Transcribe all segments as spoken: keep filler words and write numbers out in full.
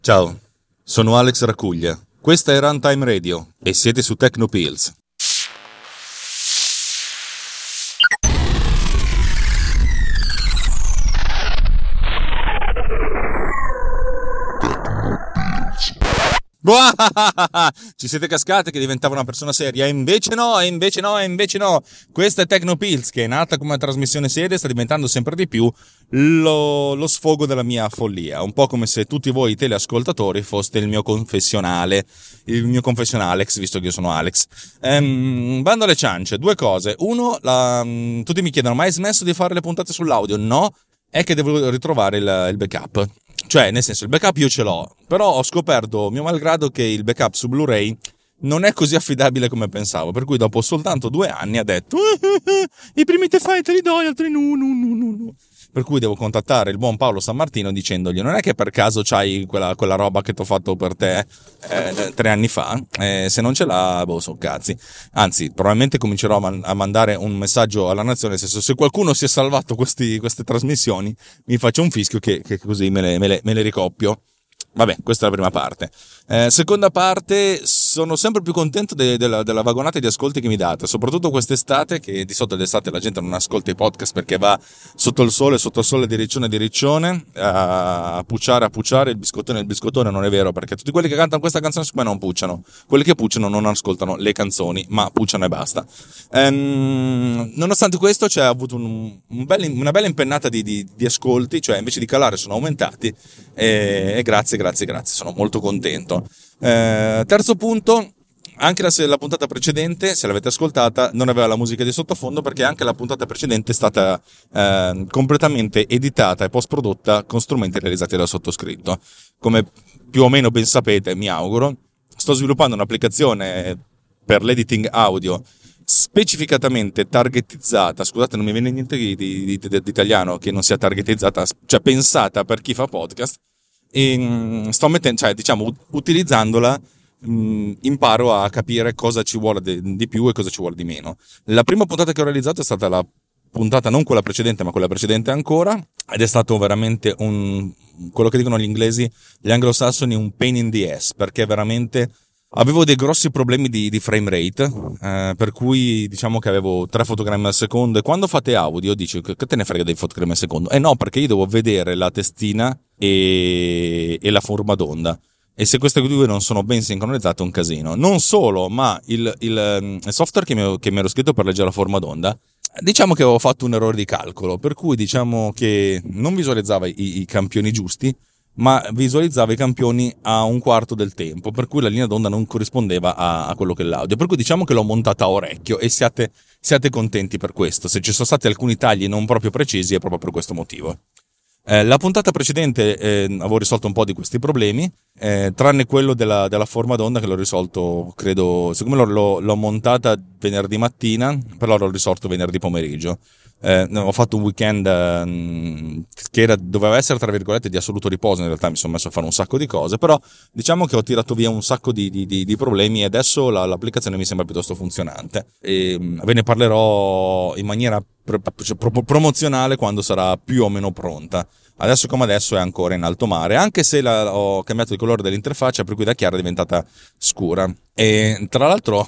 Ciao, sono Alex Racuglia. Questa è Runtime Radio e siete su Technopills. Ci siete cascate che diventava una persona seria, e invece no, e invece no, e invece no. Questa è Technopills, che è nata come una trasmissione seria e sta diventando sempre di più lo, lo sfogo della mia follia. Un po' come se tutti voi teleascoltatori foste il mio confessionale, il mio confessionalex, visto che io sono Alex. Ehm, bando alle ciance, due cose. Uno, la, tutti mi chiedono, ma hai smesso di fare le puntate sull'audio? No, è che devo ritrovare il, il backup. Cioè, nel senso, il backup io ce l'ho, però ho scoperto, mio malgrado, che il backup su Blu-ray non è così affidabile come pensavo, per cui dopo soltanto due anni ha detto i primi te fai te li do, gli altri no, no, no, no, no. Per cui devo contattare il buon Paolo San Martino dicendogli, non è che per caso c'hai quella, quella roba che ti ho fatto per te eh, tre anni fa, eh, se non ce l'ha, boh, so cazzi. Anzi, probabilmente comincerò a, man- a mandare un messaggio alla nazione, nel senso, se qualcuno si è salvato questi, queste trasmissioni, mi faccio un fischio che, che così me le, me, le, me le ricoppio. Vabbè, questa è la prima parte. Eh, seconda parte, sono sempre più contento de- de- della vagonata di ascolti che mi date, soprattutto quest'estate, che di solito d'estate la gente non ascolta i podcast perché va sotto il sole, sotto il sole di riccione di riccione, a pucciare, a pucciare, il biscottone, il biscottone. Non è vero, perché tutti quelli che cantano questa canzone siccome non pucciano, quelli che pucciano non ascoltano le canzoni, ma pucciano e basta. Ehm, nonostante questo c'è avuto un, un bel, una bella impennata di, di, di ascolti, cioè invece di calare sono aumentati, e, e grazie, grazie, grazie, sono molto contento. Eh, terzo punto, anche la, la puntata precedente, se l'avete ascoltata, non aveva la musica di sottofondo, perché anche la puntata precedente è stata eh, completamente editata e post prodotta con strumenti realizzati dal sottoscritto. Come più o meno ben sapete, mi auguro, sto sviluppando un'applicazione per l'editing audio specificatamente targetizzata, scusate non mi viene niente di, di, di, di italiano che non sia targetizzata, cioè pensata per chi fa podcast. E sto mettendo, cioè diciamo utilizzandola, mh, imparo a capire cosa ci vuole di, di più e cosa ci vuole di meno. La prima puntata che ho realizzato è stata la puntata, non quella precedente ma quella precedente ancora, ed è stato veramente un, quello che dicono gli inglesi, gli anglosassoni, un pain in the ass, perché veramente avevo dei grossi problemi di, di frame rate, eh, per cui diciamo che avevo tre fotogrammi al secondo, e quando fate audio dici che te ne frega dei fotogrammi al secondo? Eh no, perché io devo vedere la testina e, e la forma d'onda, e se queste due non sono ben sincronizzate è un casino. Non solo, ma il, il, il software che mi, che mi ero scritto per leggere la forma d'onda, diciamo che avevo fatto un errore di calcolo, per cui diciamo che non visualizzava i, i campioni giusti, ma visualizzava i campioni a un quarto del tempo, per cui la linea d'onda non corrispondeva a, a quello che è l'audio, per cui diciamo che l'ho montata a orecchio, e siate, siate contenti per questo. Se ci sono stati alcuni tagli non proprio precisi è proprio per questo motivo. Eh, la puntata precedente eh, avevo risolto un po' di questi problemi, eh, tranne quello della, della forma d'onda, che l'ho risolto, credo, siccome l'ho, l'ho, l'ho montata venerdì mattina, però l'ho risolto venerdì pomeriggio. Eh, ho fatto un weekend eh, che era, doveva essere tra virgolette di assoluto riposo, in realtà mi sono messo a fare un sacco di cose, però diciamo che ho tirato via un sacco di, di, di, di problemi, e adesso la, l'applicazione mi sembra piuttosto funzionante, e ve ne parlerò in maniera pro, pro, promozionale quando sarà più o meno pronta. Adesso come adesso è ancora in alto mare, anche se la, ho cambiato il colore dell'interfaccia, per cui da chiara è diventata scura, e tra l'altro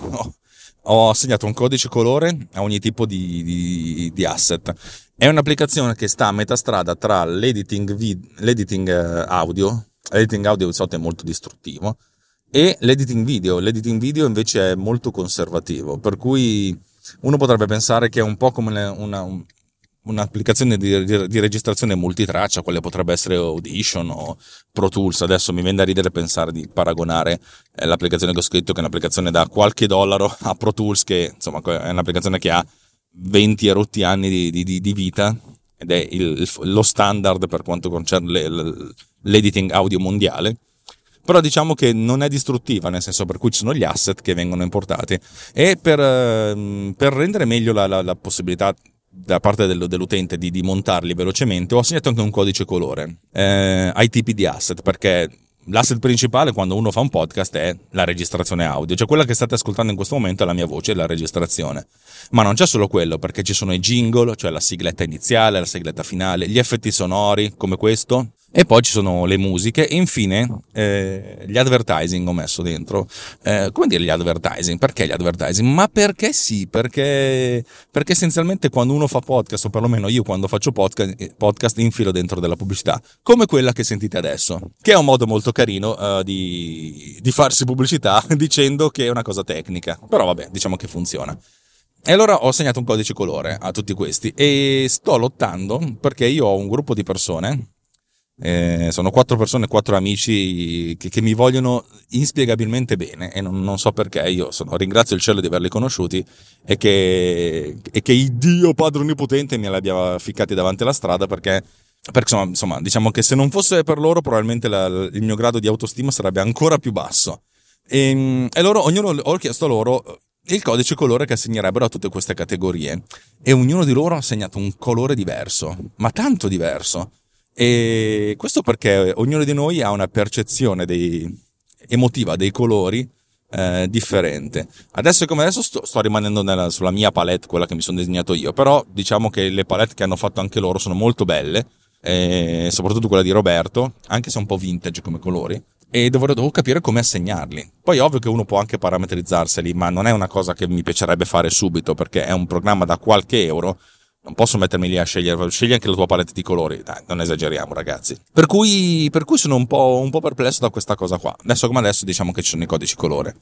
ho assegnato un codice colore a ogni tipo di, di, di asset. È un'applicazione che sta a metà strada tra l'editing, vid- l'editing audio, l'editing audio di solito è molto distruttivo, e l'editing video. L'editing video invece è molto conservativo, per cui uno potrebbe pensare che è un po' come una, un'applicazione di, di, di registrazione multitraccia, quale potrebbe essere Audition o Pro Tools. Adesso mi viene da ridere pensare di paragonare eh, l'applicazione che ho scritto, che è un'applicazione da qualche dollaro, a Pro Tools, che insomma è un'applicazione che ha venti e rotti anni di, di, di vita, ed è il, lo standard per quanto concerne l'editing audio mondiale. Però diciamo che non è distruttiva, nel senso per cui ci sono gli asset che vengono importati, e per, per rendere meglio la, la, la possibilità da parte dell'utente di, di montarli velocemente, ho assegnato anche un codice colore eh, ai tipi di asset, perché l'asset principale quando uno fa un podcast è la registrazione audio, cioè quella che state ascoltando in questo momento è la mia voce, è la registrazione. Ma non c'è solo quello, perché ci sono i jingle, cioè la sigletta iniziale, la sigletta finale, gli effetti sonori come questo, E poi ci sono le musiche e infine eh, gli advertising ho messo dentro. Eh, come dire gli advertising? Perché gli advertising? Ma perché sì, perché, perché essenzialmente quando uno fa podcast, o perlomeno io quando faccio podcast, podcast infilo dentro della pubblicità, come quella che sentite adesso, che è un modo molto carino uh, di, di farsi pubblicità dicendo che è una cosa tecnica, però vabbè, diciamo che funziona. E allora ho segnato un codice colore a tutti questi e sto lottando perché io ho un gruppo di persone. Eh, sono quattro persone, quattro amici che, che mi vogliono inspiegabilmente bene e non, non so perché. Io sono, ringrazio il cielo di averli conosciuti e che, e che il Dio Padre Onnipotente me li abbia ficcati davanti alla strada perché, perché insomma, insomma diciamo che se non fosse per loro probabilmente la, il mio grado di autostima sarebbe ancora più basso e, e loro, ognuno, ho chiesto a loro il codice colore che assegnerebbero a tutte queste categorie e ognuno di loro ha assegnato un colore diverso, ma tanto diverso. E questo perché ognuno di noi ha una percezione dei, emotiva dei colori eh, differente. Adesso come adesso sto, sto rimanendo nella, sulla mia palette, quella che mi sono disegnato io, però diciamo che le palette che hanno fatto anche loro sono molto belle, eh, soprattutto quella di Roberto, anche se è un po' vintage come colori, e dovrò, devo capire come assegnarli. Poi ovvio che uno può anche parametrizzarseli, ma non è una cosa che mi piacerebbe fare subito perché è un programma da qualche euro. Non posso mettermi lì a scegliere, scegli anche la tua palette di colori, dai, non esageriamo ragazzi. Per cui, per cui sono un po', un po' perplesso da questa cosa qua. Adesso come adesso diciamo che ci sono i codici colore.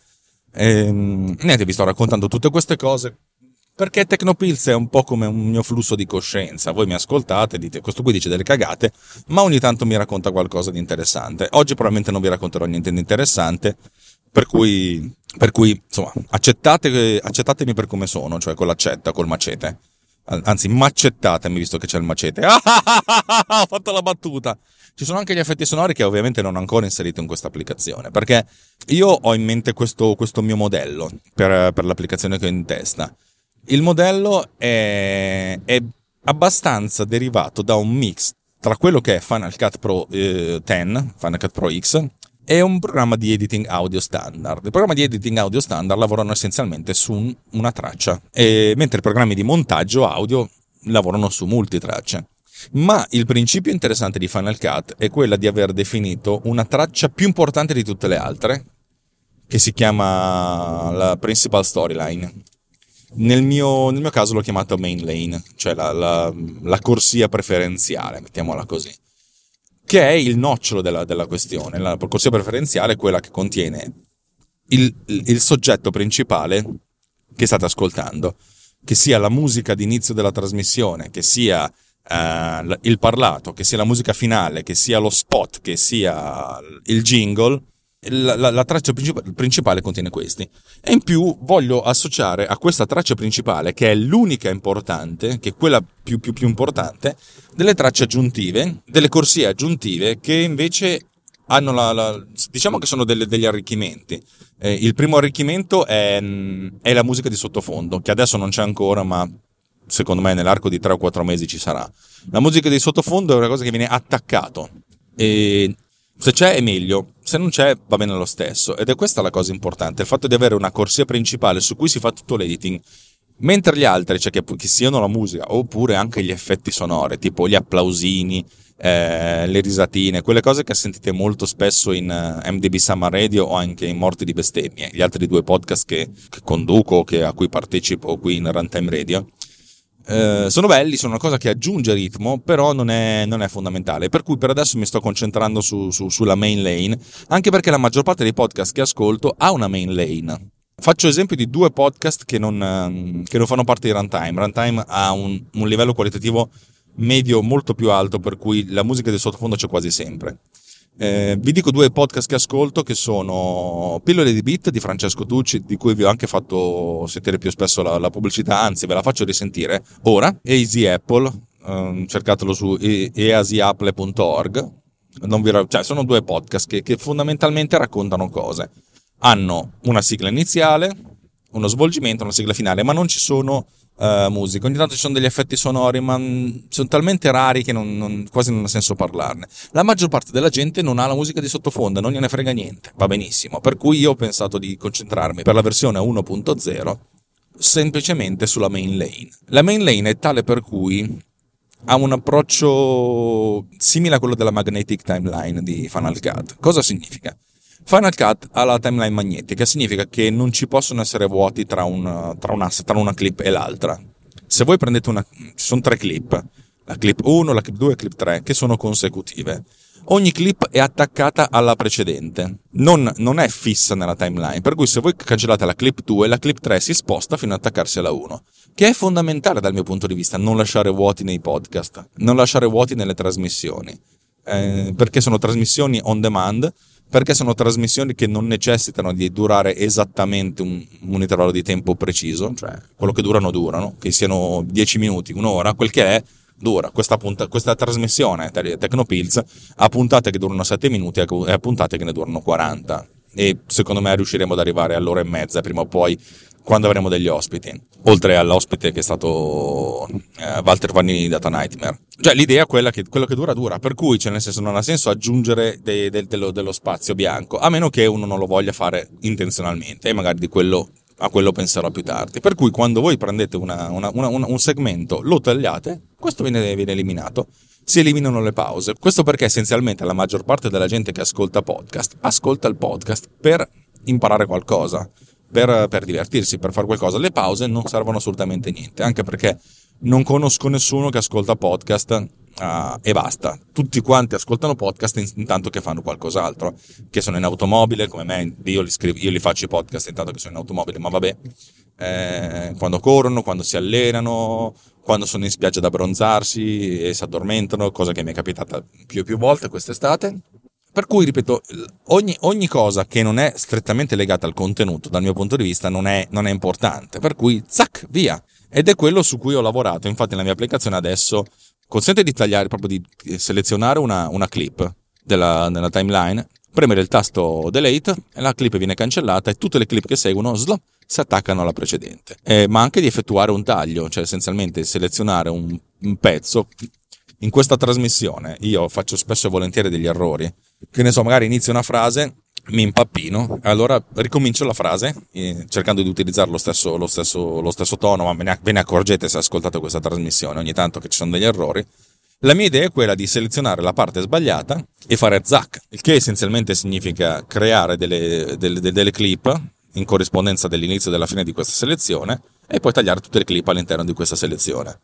Ehm, niente, vi sto raccontando tutte queste cose perché Tecnopills è un po' come un mio flusso di coscienza. Voi mi ascoltate, dite, questo qui dice delle cagate, ma ogni tanto mi racconta qualcosa di interessante. Oggi probabilmente non vi racconterò niente di interessante, per cui, per cui insomma, accettate, accettatemi per come sono, cioè con l'accetta, col macete. Anzi, macettatemi visto che c'è il macete. Ah, ah, ah, ah, ho fatto la battuta. Ci sono anche gli effetti sonori che ovviamente non ho ancora inserito in questa applicazione perché io ho in mente questo, questo mio modello per, per l'applicazione che ho in testa. Il modello è, è abbastanza derivato da un mix tra quello che è Final Cut Pro eh, dieci, Final Cut Pro X, e un programma di editing audio standard. I programmi di editing audio standard lavorano essenzialmente su un, una traccia, e, mentre i programmi di montaggio audio lavorano su multitracce. Ma il principio interessante di Final Cut è quella di aver definito una traccia più importante di tutte le altre, che si chiama la principal storyline. Nel mio, nel mio caso l'ho chiamata main lane, cioè la, la, la corsia preferenziale, mettiamola così, che è il nocciolo della, della questione. La corsia preferenziale è quella che contiene il, il, il soggetto principale che state ascoltando, che sia la musica d'inizio della trasmissione, che sia uh, il parlato, che sia la musica finale, che sia lo spot, che sia il jingle. La, la, la traccia principale, principale contiene questi, e in più voglio associare a questa traccia principale, che è l'unica importante, che è quella più, più, più importante, delle tracce aggiuntive, delle corsie aggiuntive che invece hanno la, la diciamo che sono delle, degli arricchimenti. Eh, il primo arricchimento è, è la musica di sottofondo, che adesso non c'è ancora, ma secondo me nell'arco di tre o quattro mesi ci sarà. La musica di sottofondo è una cosa che viene attaccato, e se c'è è meglio, se non c'è va bene lo stesso, ed è questa la cosa importante, il fatto di avere una corsia principale su cui si fa tutto l'editing, mentre gli altri, cioè che, che siano la musica oppure anche gli effetti sonori, tipo gli applausini, eh, le risatine, quelle cose che sentite molto spesso in uh, M D B Summer Radio o anche in Morti di Bestemmie, gli altri due podcast che, che conduco, che, a cui partecipo qui in Runtime Radio. Eh, sono belli, sono una cosa che aggiunge ritmo, però non è, non è fondamentale, per cui per adesso mi sto concentrando su, su, sulla main lane, anche perché la maggior parte dei podcast che ascolto ha una main lane. Faccio esempio di due podcast che non, che non fanno parte di Runtime. Runtime ha un, un livello qualitativo medio molto più alto, per cui la musica del sottofondo c'è quasi sempre. Eh, vi dico due podcast che ascolto, che sono Pillole di Beat di Francesco Tucci, di cui vi ho anche fatto sentire più spesso la, la pubblicità, anzi ve la faccio risentire ora. Easy Apple, ehm, cercatelo su easy apple punto org. Non vi, cioè, sono due podcast che, che fondamentalmente raccontano cose. Hanno una sigla iniziale, uno svolgimento, una sigla finale, ma non ci sono uh, musica. Ogni tanto ci sono degli effetti sonori, ma mh, sono talmente rari che non, non, quasi non ha senso parlarne. La maggior parte della gente non ha la musica di sottofondo, non gliene frega niente, va benissimo. Per cui io ho pensato di concentrarmi per la versione uno punto zero semplicemente sulla main lane. La main lane è tale per cui ha un approccio simile a quello della magnetic timeline di Final Cut. Cosa significa? Final Cut ha la timeline magnetica, significa che non ci possono essere vuoti tra, un, tra, una, tra una clip e l'altra. Se voi prendete una... ci sono tre clip, la clip uno, la clip due e la clip tre, che sono consecutive. Ogni clip è attaccata alla precedente, non, non è fissa nella timeline, per cui se voi cancellate la clip due, la clip tre si sposta fino ad attaccarsi alla uno, che è fondamentale dal mio punto di vista, non lasciare vuoti nei podcast, non lasciare vuoti nelle trasmissioni, eh, perché sono trasmissioni on demand, perché sono trasmissioni che non necessitano di durare esattamente un, un intervallo di tempo preciso, cioè quello che durano durano, che siano dieci minuti, un'ora, quel che è, dura. Questa, punta, questa trasmissione Tecnopills ha puntate che durano sette minuti e a puntate che ne durano quaranta, e secondo me riusciremo ad arrivare all'ora e mezza prima o poi, quando avremo degli ospiti, oltre all'ospite che è stato eh, Walter Vanini di Data Nightmare. Cioè l'idea è quella che quello che dura dura, per cui, cioè, nel senso, non ha senso aggiungere de, de, dello, dello spazio bianco, a meno che uno non lo voglia fare intenzionalmente, e magari di quello a quello penserò più tardi. Per cui quando voi prendete una, una, una, un segmento, lo tagliate, questo viene, viene eliminato, si eliminano le pause. Questo perché essenzialmente la maggior parte della gente che ascolta podcast ascolta il podcast per imparare qualcosa, per, per divertirsi, per fare qualcosa. Le pause non servono assolutamente niente, anche perché non conosco nessuno che ascolta podcast uh, e basta. Tutti quanti ascoltano podcast in, intanto che fanno qualcos'altro, che sono in automobile come me. Io li, scrivo, io li faccio i podcast intanto che sono in automobile, ma vabbè, eh, quando corrono, quando si allenano, quando sono in spiaggia ad abbronzarsi e si addormentano, cosa che mi è capitata più e più volte quest'estate. Per cui, ripeto, ogni, ogni cosa che non è strettamente legata al contenuto, dal mio punto di vista, non è, non è importante. Per cui, zac, via. Ed è quello su cui ho lavorato. Infatti la mia applicazione adesso consente di tagliare, proprio di selezionare una, una clip della, nella timeline, premere il tasto delete e la clip viene cancellata e tutte le clip che seguono sl, si attaccano alla precedente. Eh, ma anche di effettuare un taglio, cioè essenzialmente selezionare un, un pezzo. In questa trasmissione io faccio spesso e volentieri degli errori, che ne so, magari inizio una frase, mi impappino, allora ricomincio la frase eh, cercando di utilizzare lo stesso, lo stesso, lo stesso tono, ma ve ne, ve ne accorgete se ascoltate questa trasmissione ogni tanto che ci sono degli errori. La mia idea è quella di selezionare la parte sbagliata e fare zac, il che essenzialmente significa creare delle, delle, delle clip in corrispondenza dell'inizio e della fine di questa selezione, e poi tagliare tutte le clip all'interno di questa selezione,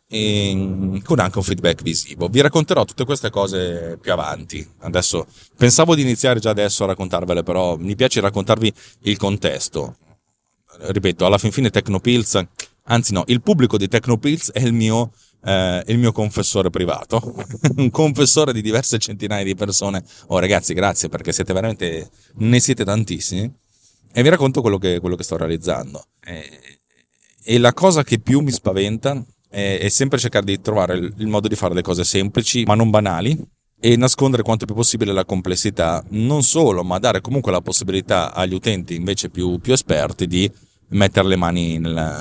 e con anche un feedback visivo. Vi racconterò tutte queste cose più avanti. Adesso pensavo di iniziare già adesso a raccontarvele, però mi piace raccontarvi il contesto. Ripeto, alla fin fine Tecnopills, anzi no, il pubblico di Tecnopills è il mio, eh, il mio confessore privato, un confessore di diverse centinaia di persone. Oh ragazzi, grazie, perché siete veramente, ne siete tantissimi, e vi racconto quello che, quello che sto realizzando. E, E la cosa che più mi spaventa è, è sempre cercare di trovare il, il modo di fare le cose semplici, ma non banali, e nascondere quanto più possibile la complessità, non solo, ma dare comunque la possibilità agli utenti invece più, più esperti di mettere le mani nella,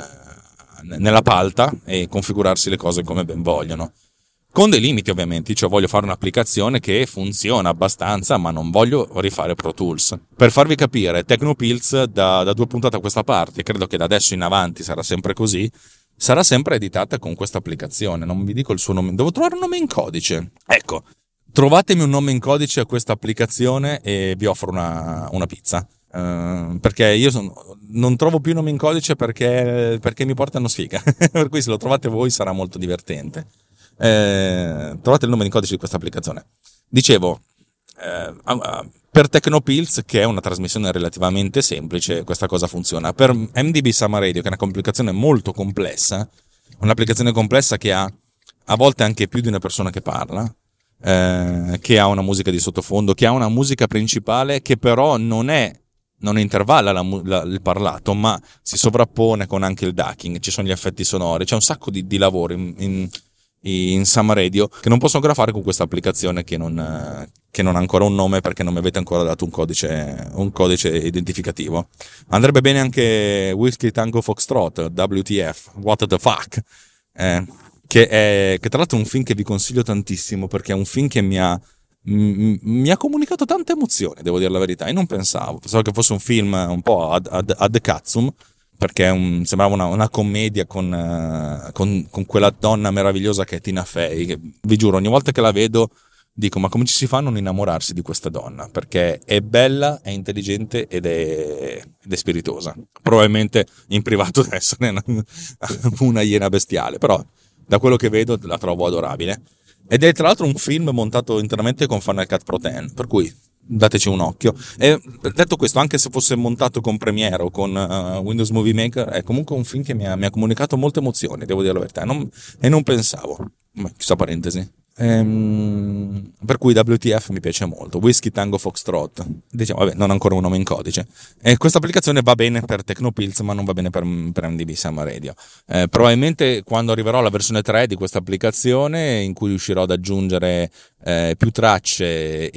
nella palta e configurarsi le cose come ben vogliono. Con dei limiti ovviamente, cioè voglio fare un'applicazione che funziona abbastanza, ma non voglio rifare Pro Tools. Per farvi capire, Tecnopills da, da due puntate a questa parte, credo che da adesso in avanti sarà sempre così, sarà sempre editata con questa applicazione. Non vi dico il suo nome, devo trovare un nome in codice. Ecco, trovatemi un nome in codice a questa applicazione e vi offro una, una pizza. Uh, perché io son, non trovo più nomi in codice perché, perché mi portano sfiga. Per cui se lo trovate voi sarà molto divertente. Eh, trovate il nome in codice di questa applicazione. Dicevo, eh, per Tecnopills, che è una trasmissione relativamente semplice, questa cosa funziona. Per M D B Summer Radio, che è una complicazione molto complessa, un'applicazione complessa che ha a volte anche più di una persona che parla, eh, che ha una musica di sottofondo, che ha una musica principale che però non è non intervalla la, la, il parlato, ma si sovrappone con anche il ducking, ci sono gli effetti sonori, c'è un sacco di, di lavoro in, in in Summer Radio che non posso ancora fare con questa applicazione che non, che non ha ancora un nome, perché non mi avete ancora dato un codice, un codice identificativo. Andrebbe bene anche Whiskey Tango Foxtrot, W T F, What the fuck, eh, che, è, che tra l'altro è un film che vi consiglio tantissimo, perché è un film che mi ha m- mi ha comunicato tante emozioni, devo dire la verità. Io non pensavo pensavo che fosse un film un po' ad, ad, ad cazzum, perché è un, sembrava una, una commedia con, uh, con, con quella donna meravigliosa che è Tina Fey, che, vi giuro, ogni volta che la vedo dico, ma come ci si fa a non innamorarsi di questa donna? Perché è bella, è intelligente ed è, ed è spiritosa. Probabilmente in privato deve essere una, una iena bestiale, però da quello che vedo la trovo adorabile. Ed è tra l'altro un film montato interamente con Final Cut Pro dieci, per cui dateci un occhio. E detto questo, anche se fosse montato con Premiere o con uh, Windows Movie Maker, è comunque un film che mi ha, mi ha comunicato molte emozioni, devo dire la verità, non, e non pensavo. Ma chissà, parentesi. Ehm, per cui W T F mi piace molto. Whiskey Tango Foxtrot, diciamo, vabbè, non ancora un nome in codice. E questa applicazione va bene per Tecnopills, ma non va bene per, per M D B Summer Radio. Eh, probabilmente quando arriverò alla versione tre di questa applicazione, in cui riuscirò ad aggiungere eh, più tracce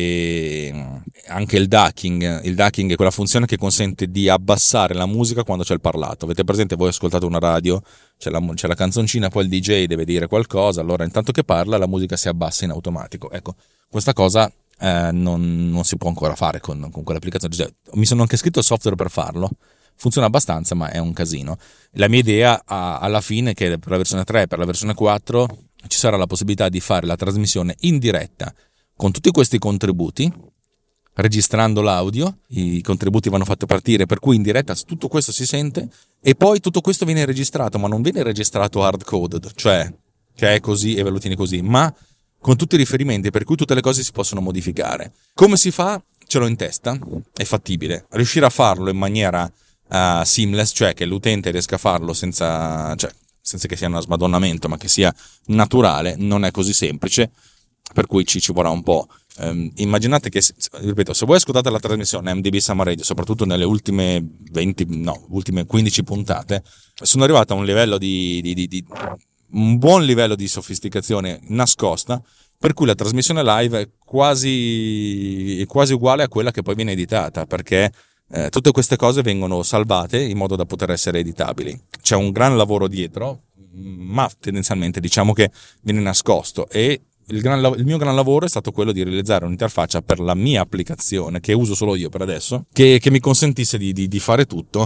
e anche il ducking. Il ducking è quella funzione che consente di abbassare la musica quando c'è il parlato. Avete presente, voi ascoltate una radio, c'è la, c'è la canzoncina, poi il D J deve dire qualcosa, allora intanto che parla la musica si abbassa in automatico. Ecco, questa cosa eh, non, non si può ancora fare con, con quell'applicazione. Cioè, mi sono anche scritto il software per farlo, funziona abbastanza, ma è un casino. La mia idea a, alla fine è che per la versione tre e per la versione quattro ci sarà la possibilità di fare la trasmissione in diretta con tutti questi contributi, registrando l'audio, i contributi vanno fatti partire, per cui in diretta tutto questo si sente, e poi tutto questo viene registrato, ma non viene registrato hard coded, cioè che è così e ve lo tieni così, ma con tutti i riferimenti, per cui tutte le cose si possono modificare. Come si fa? Ce l'ho in testa, è fattibile. Riuscire a farlo in maniera uh, seamless, cioè che l'utente riesca a farlo senza, cioè, senza che sia uno smadonnamento, ma che sia naturale, non è così semplice, per cui ci, ci vorrà un po'. Um, immaginate che, ripeto, se voi ascoltate la trasmissione M D B Summer Radio, soprattutto nelle ultime venti, no, ultime quindici puntate, sono arrivato a un livello di, di, di, di un buon livello di sofisticazione nascosta, per cui la trasmissione live è quasi, è quasi uguale a quella che poi viene editata, perché eh, tutte queste cose vengono salvate in modo da poter essere editabili. C'è un gran lavoro dietro, ma tendenzialmente diciamo che viene nascosto, e il, gran, il mio gran lavoro è stato quello di realizzare un'interfaccia per la mia applicazione, che uso solo io per adesso, che, che mi consentisse di, di, di fare tutto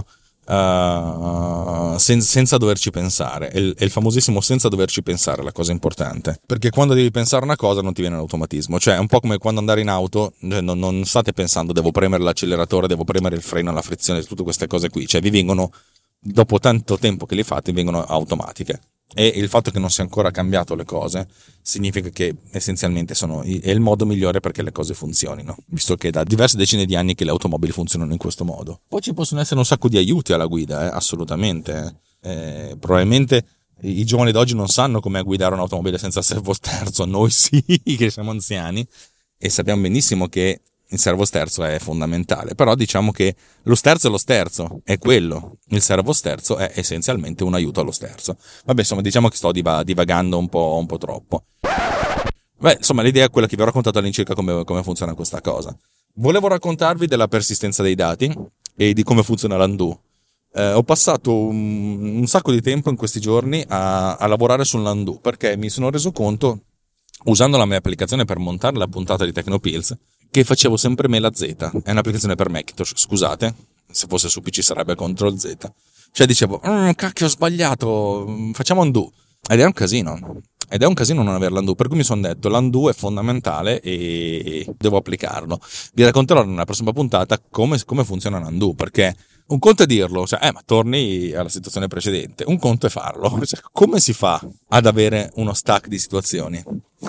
Uh, sen- senza doverci pensare. È il, è il famosissimo senza doverci pensare la cosa importante, perché quando devi pensare una cosa non ti viene l'automatismo, cioè è un po' come quando andare in auto, cioè non, non state pensando devo premere l'acceleratore, devo premere il freno, la frizione, tutte queste cose qui, cioè vi vengono, dopo tanto tempo che li fate, vengono automatiche. E il fatto che non sia ancora cambiato le cose significa che essenzialmente sono, è il modo migliore perché le cose funzionino, visto che da diverse decine di anni che le automobili funzionano in questo modo. Poi ci possono essere un sacco di aiuti alla guida, eh, assolutamente. Eh, probabilmente i giovani d'oggi non sanno come guidare un'automobile senza servo sterzo, noi sì che siamo anziani e sappiamo benissimo che il servo sterzo è fondamentale, però diciamo che lo sterzo è lo sterzo, è quello. Il servo sterzo è essenzialmente un aiuto allo sterzo. Vabbè, insomma, diciamo che sto div- divagando un po', un po' troppo. Beh, insomma, l'idea è quella che vi ho raccontato all'incirca come, come funziona questa cosa. Volevo raccontarvi della persistenza dei dati e di come funziona l'undo. Eh, ho passato un, un sacco di tempo in questi giorni a, a lavorare sull'undo, perché mi sono reso conto, usando la mia applicazione per montare la puntata di Tecnopills, che facevo sempre me la Z. È un'applicazione per Macintosh, scusate, se fosse su P C sarebbe control Z. Cioè dicevo, mm, cacchio ho sbagliato, facciamo undo. Ed è un casino, ed è un casino non avere l'undo, per cui mi sono detto l'undo è fondamentale e devo applicarlo. Vi racconterò nella prossima puntata come, come funziona l'undo, perché un conto è dirlo, cioè, eh, ma torni alla situazione precedente, un conto è farlo. Cioè, come si fa ad avere uno stack di situazioni?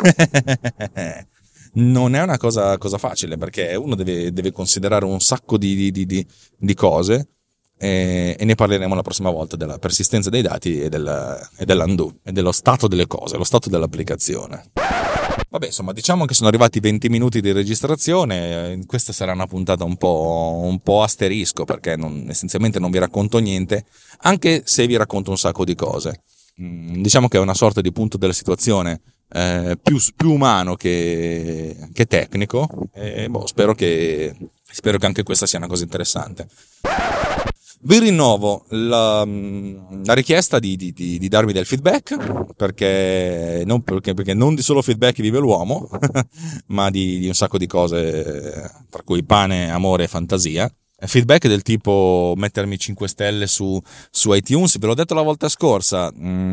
Non è una cosa, cosa facile, perché uno deve, deve considerare un sacco di, di, di, di cose, e, e ne parleremo la prossima volta della persistenza dei dati e, del, e dell'undo e dello stato delle cose, lo stato dell'applicazione. Vabbè, insomma, diciamo che sono arrivati venti minuti di registrazione. Questa sarà una puntata un po', un po' asterisco, perché non, essenzialmente non vi racconto niente, anche se vi racconto un sacco di cose. Diciamo che è una sorta di punto della situazione eh, più, più umano che, che tecnico, e boh, spero che spero che anche questa sia una cosa interessante. Vi rinnovo la, la richiesta di, di, di, di darmi del feedback, perché non, perché, perché non di solo feedback vive l'uomo, ma di, di un sacco di cose, tra cui pane, amore e fantasia. feedback del tipo mettermi cinque stelle su, su iTunes, ve l'ho detto la volta scorsa,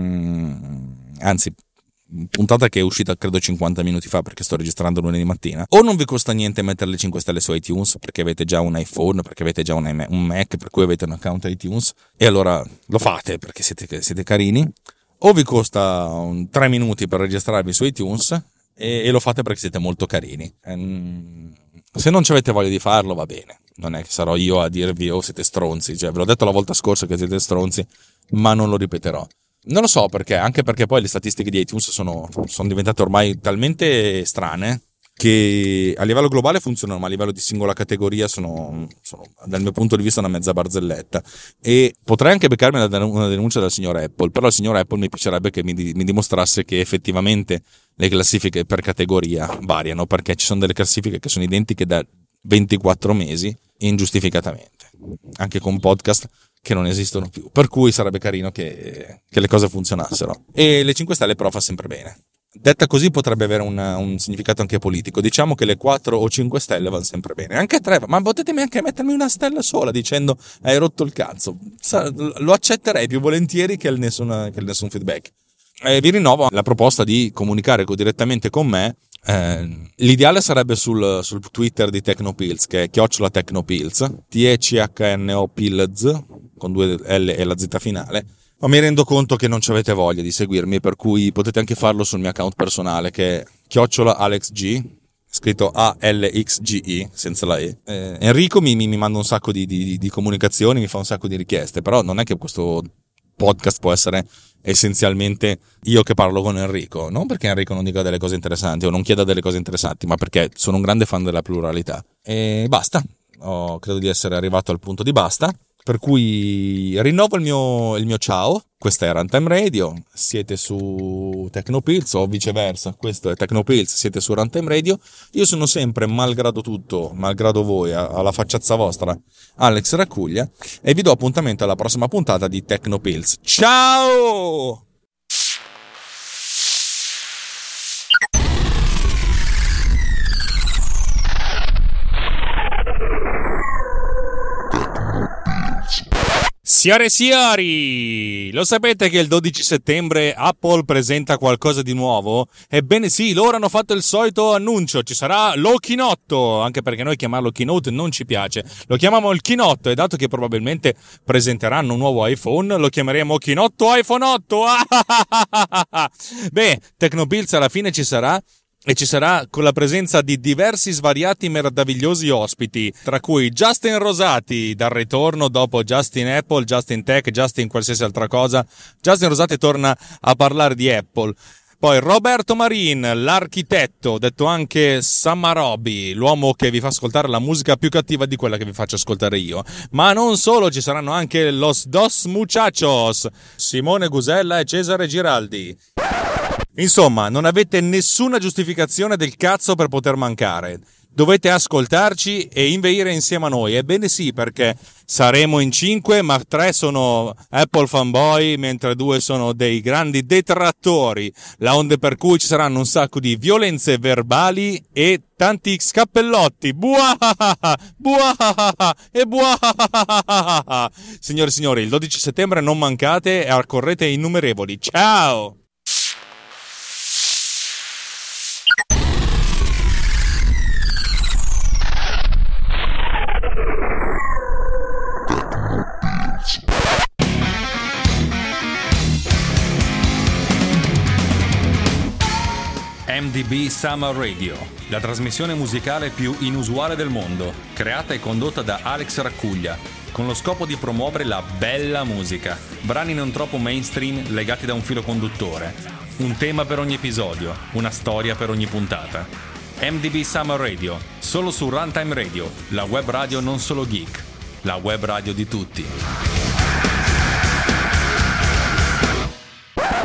mm, anzi puntata che è uscita credo cinquanta minuti fa, perché sto registrando lunedì mattina. O non vi costa niente mettere le cinque stelle su iTunes perché avete già un iPhone, perché avete già un, un Mac, per cui avete un account iTunes, e allora lo fate perché siete, siete carini, o vi costa un, tre minuti per registrarvi su iTunes e, e lo fate perché siete molto carini. Ehm, se non ci avete voglia di farlo va bene, non è che sarò io a dirvi oh siete stronzi, cioè ve l'ho detto la volta scorsa che siete stronzi, ma non lo ripeterò. Non lo so perché, anche perché poi le statistiche di iTunes sono, sono diventate ormai talmente strane che a livello globale funzionano, ma a livello di singola categoria sono, sono dal mio punto di vista una mezza barzelletta. E potrei anche beccarmi una denuncia dal signor Apple, però il signor Apple mi piacerebbe che mi, mi dimostrasse che effettivamente le classifiche per categoria variano, perché ci sono delle classifiche che sono identiche da ventiquattro mesi ingiustificatamente, anche con podcast che non esistono più, per cui sarebbe carino che, che le cose funzionassero. E le cinque stelle però fa sempre bene. Detta così potrebbe avere una, un significato anche politico. Diciamo che le quattro o cinque stelle vanno sempre bene, anche tre, ma potete anche mettermi una stella sola dicendo hai rotto il cazzo, lo accetterei più volentieri che il nessun, che il nessun feedback. E vi rinnovo la proposta di comunicare direttamente con me. Eh, l'ideale sarebbe sul, sul Twitter di Tecnopills, che è chiocciola Tecnopills, T E C H N O Pills con due L e la Z finale, ma mi rendo conto che non ci avete voglia di seguirmi, per cui potete anche farlo sul mio account personale, che è chiocciola AlexG, scritto A L X G I senza la E. eh, Enrico mi, mi, mi manda un sacco di, di, di comunicazioni, mi fa un sacco di richieste, però non è che questo podcast può essere essenzialmente io che parlo con Enrico, non perché Enrico non dica delle cose interessanti o non chieda delle cose interessanti, ma perché sono un grande fan della pluralità. E basta, oh, credo di essere arrivato al punto di basta, per cui rinnovo il mio, il mio ciao. Questa è Runtime Radio, siete su Tecnopills, o viceversa, questo è Tecnopills, siete su Runtime Radio. Io sono sempre, malgrado tutto, malgrado voi, alla facciazza vostra, Alex Raccuglia, e vi do appuntamento alla prossima puntata di Tecnopills. Ciao! Signore e signori, lo sapete che il dodici settembre Apple presenta qualcosa di nuovo? Ebbene sì, loro hanno fatto il solito annuncio, ci sarà lo Keynote, anche perché noi chiamarlo Keynote non ci piace, lo chiamiamo il Keynote, e dato che probabilmente presenteranno un nuovo iPhone, lo chiameremo Keynote iPhone otto. Beh, Tecnopills alla fine ci sarà, e ci sarà con la presenza di diversi svariati meravigliosi ospiti, tra cui Justin Rosati, dal ritorno dopo Justin Apple, Justin Tech, Justin qualsiasi altra cosa. Justin Rosati torna a parlare di Apple. Poi Roberto Marin, l'architetto, detto anche Samarobi, l'uomo che vi fa ascoltare la musica più cattiva di quella che vi faccio ascoltare io. Ma non solo, ci saranno anche Los Dos Muchachos, Simone Gusella e Cesare Giraldi. Insomma, non avete nessuna giustificazione del cazzo per poter mancare. Dovete ascoltarci e inveire insieme a noi. Ebbene sì, perché saremo in cinque, ma tre sono Apple fanboy, mentre due sono dei grandi detrattori. La onde per cui ci saranno un sacco di violenze verbali e tanti scappellotti. Buahaha, buahaha e buahaha. Signore e signori, il dodici settembre non mancate e accorrete innumerevoli. Ciao! M D B Summer Radio, la trasmissione musicale più inusuale del mondo, creata e condotta da Alex Raccuglia, con lo scopo di promuovere la bella musica, brani non troppo mainstream legati da un filo conduttore, un tema per ogni episodio, una storia per ogni puntata. M D B Summer Radio, solo su Runtime Radio, la web radio non solo geek, la web radio di tutti.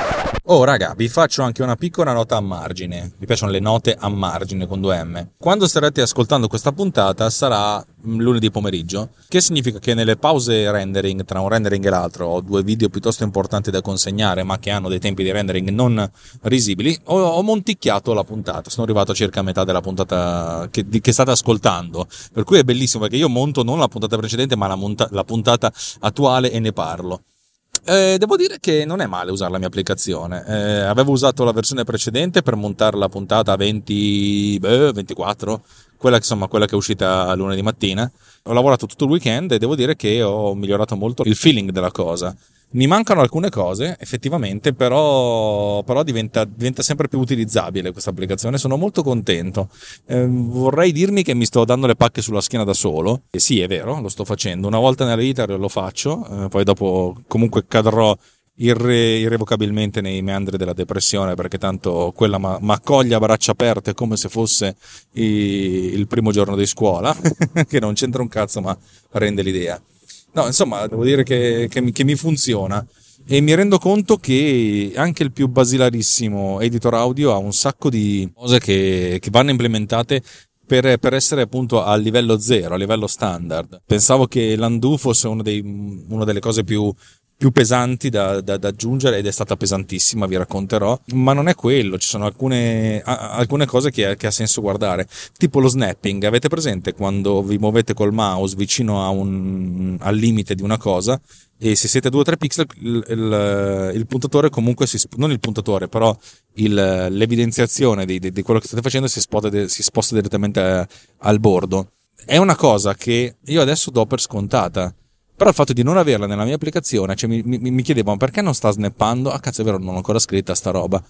Oh raga, vi faccio anche una piccola nota a margine. Mi piacciono le note a margine con due M. Quando starete ascoltando questa puntata sarà lunedì pomeriggio, che significa che nelle pause rendering, tra un rendering e l'altro, ho due video piuttosto importanti da consegnare, ma che hanno dei tempi di rendering non risibili. Ho, ho monticchiato la puntata, sono arrivato a circa a metà della puntata che, di, che state ascoltando, per cui è bellissimo perché io monto non la puntata precedente, ma la, monta, la puntata attuale e ne parlo. Eh, devo dire che non è male usare la mia applicazione. Eh, avevo usato la versione precedente per montare la puntata venti, beh, ventiquattro, quella, insomma, quella che è uscita lunedì mattina. Ho lavorato tutto il weekend e devo dire che ho migliorato molto il feeling della cosa. Mi mancano alcune cose, effettivamente, però, però diventa, diventa sempre più utilizzabile questa applicazione. Sono molto contento. Eh, vorrei dirmi che mi sto dando le pacche sulla schiena da solo. E sì, è vero, lo sto facendo. Una volta nella vita lo faccio, eh, poi dopo comunque cadrò irre, irrevocabilmente nei meandri della depressione, perché tanto quella mi accoglie a braccia aperte come se fosse i, il primo giorno di scuola, che non c'entra un cazzo, ma rende l'idea. No, insomma, devo dire che, che, mi, che mi funziona e mi rendo conto che anche il più basilarissimo editor audio ha un sacco di cose che, che vanno implementate per, per essere appunto a livello zero, a livello standard. Pensavo che l'undo fosse uno dei, una delle cose più più pesanti da, da, da aggiungere, ed è stata pesantissima, vi racconterò, ma non è quello. Ci sono alcune, a, alcune cose che, che ha senso guardare, tipo lo snapping. Avete presente quando vi muovete col mouse vicino a un, al limite di una cosa e se siete due o tre pixel il, il, il puntatore comunque si, non il puntatore però il, l'evidenziazione di, di, di quello che state facendo si sposta, si sposta direttamente al bordo. È una cosa che io adesso do per scontata, però il fatto di non averla nella mia applicazione, cioè mi, mi, mi chiedevano perché non sta snappando. Ah cazzo, è vero, non ho ancora scritta sta roba.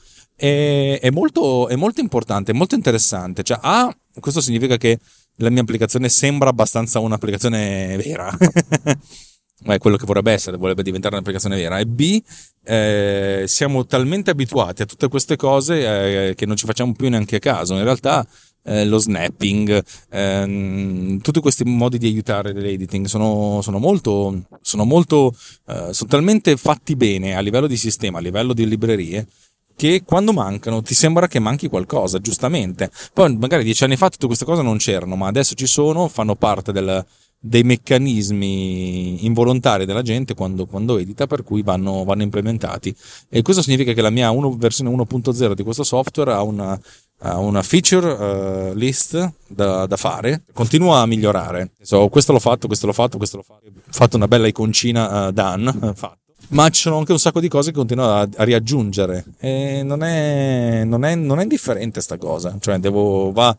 È, è, molto, è molto importante, è molto interessante. Cioè, A, questo significa che la mia applicazione sembra abbastanza un'applicazione vera. Ma è quello che vorrebbe essere, vorrebbe diventare un'applicazione vera. E B, eh, siamo talmente abituati a tutte queste cose eh, che non ci facciamo più neanche caso. In realtà eh, lo snapping, ehm, tutti questi modi di aiutare l'editing sono, sono molto, sono molto, eh, sono talmente fatti bene a livello di sistema, a livello di librerie, che quando mancano ti sembra che manchi qualcosa, giustamente. Poi magari dieci anni fa tutte queste cose non c'erano, ma adesso ci sono, fanno parte del dei meccanismi involontari della gente quando, quando edita, per cui vanno, vanno implementati. E questo significa che la mia uno, versione uno punto zero di questo software ha una, ha una feature uh, list da, da fare, continua a migliorare. So, questo l'ho fatto, questo l'ho fatto, questo l'ho fatto. Ho fatto una bella iconcina uh, done, fatto. Ma ci sono anche un sacco di cose che continuo a, a riaggiungere e non è, non è, non è indifferente sta cosa. Cioè devo va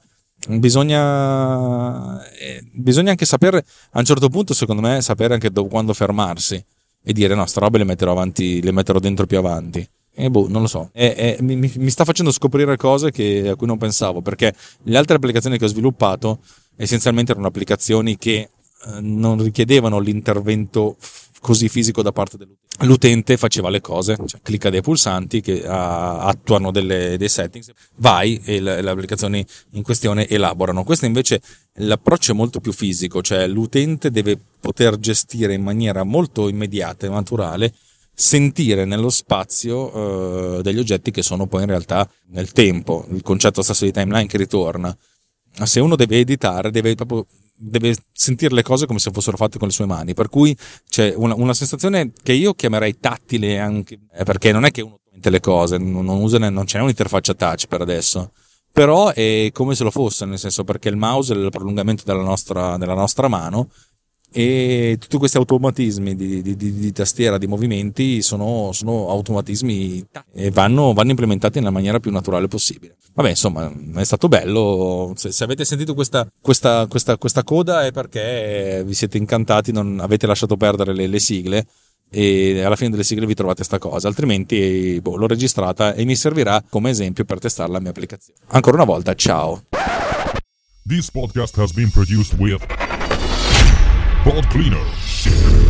Bisogna, eh, bisogna anche sapere, a un certo punto, secondo me, sapere anche do, quando fermarsi e dire no, sta roba le metterò avanti, le metterò dentro più avanti. E boh, non lo so. E, e, mi, mi sta facendo scoprire cose che, a cui non pensavo, perché le altre applicazioni che ho sviluppato essenzialmente erano applicazioni che eh, non richiedevano l'intervento f- così fisico da parte dell'utente. L'utente faceva le cose, cioè clicca dei pulsanti che uh, attuano delle, dei settings, vai e le, le applicazioni in questione elaborano. Questo invece l'approccio è molto più fisico, cioè l'utente deve poter gestire in maniera molto immediata e naturale, sentire nello spazio uh, degli oggetti che sono poi in realtà nel tempo, il concetto stesso di timeline che ritorna. Se uno deve editare, deve proprio deve sentire le cose come se fossero fatte con le sue mani, per cui c'è una, una sensazione che io chiamerei tattile, anche eh, perché non è che uno mette le cose, non, non, usa, non c'è un'interfaccia touch per adesso, però è come se lo fosse, nel senso, perché il mouse è il prolungamento della nostra, della nostra mano e tutti questi automatismi di, di, di, di tastiera, di movimenti sono, sono automatismi e vanno, vanno implementati nella maniera più naturale possibile. Vabbè, insomma, è stato bello. Se, se avete sentito questa, questa, questa, questa coda è perché vi siete incantati, non avete lasciato perdere le, le sigle e alla fine delle sigle vi trovate sta cosa, altrimenti boh, l'ho registrata e mi servirà come esempio per testare la mia applicazione. Ancora una volta, ciao. This podcast has been produced with Pod Cleaner.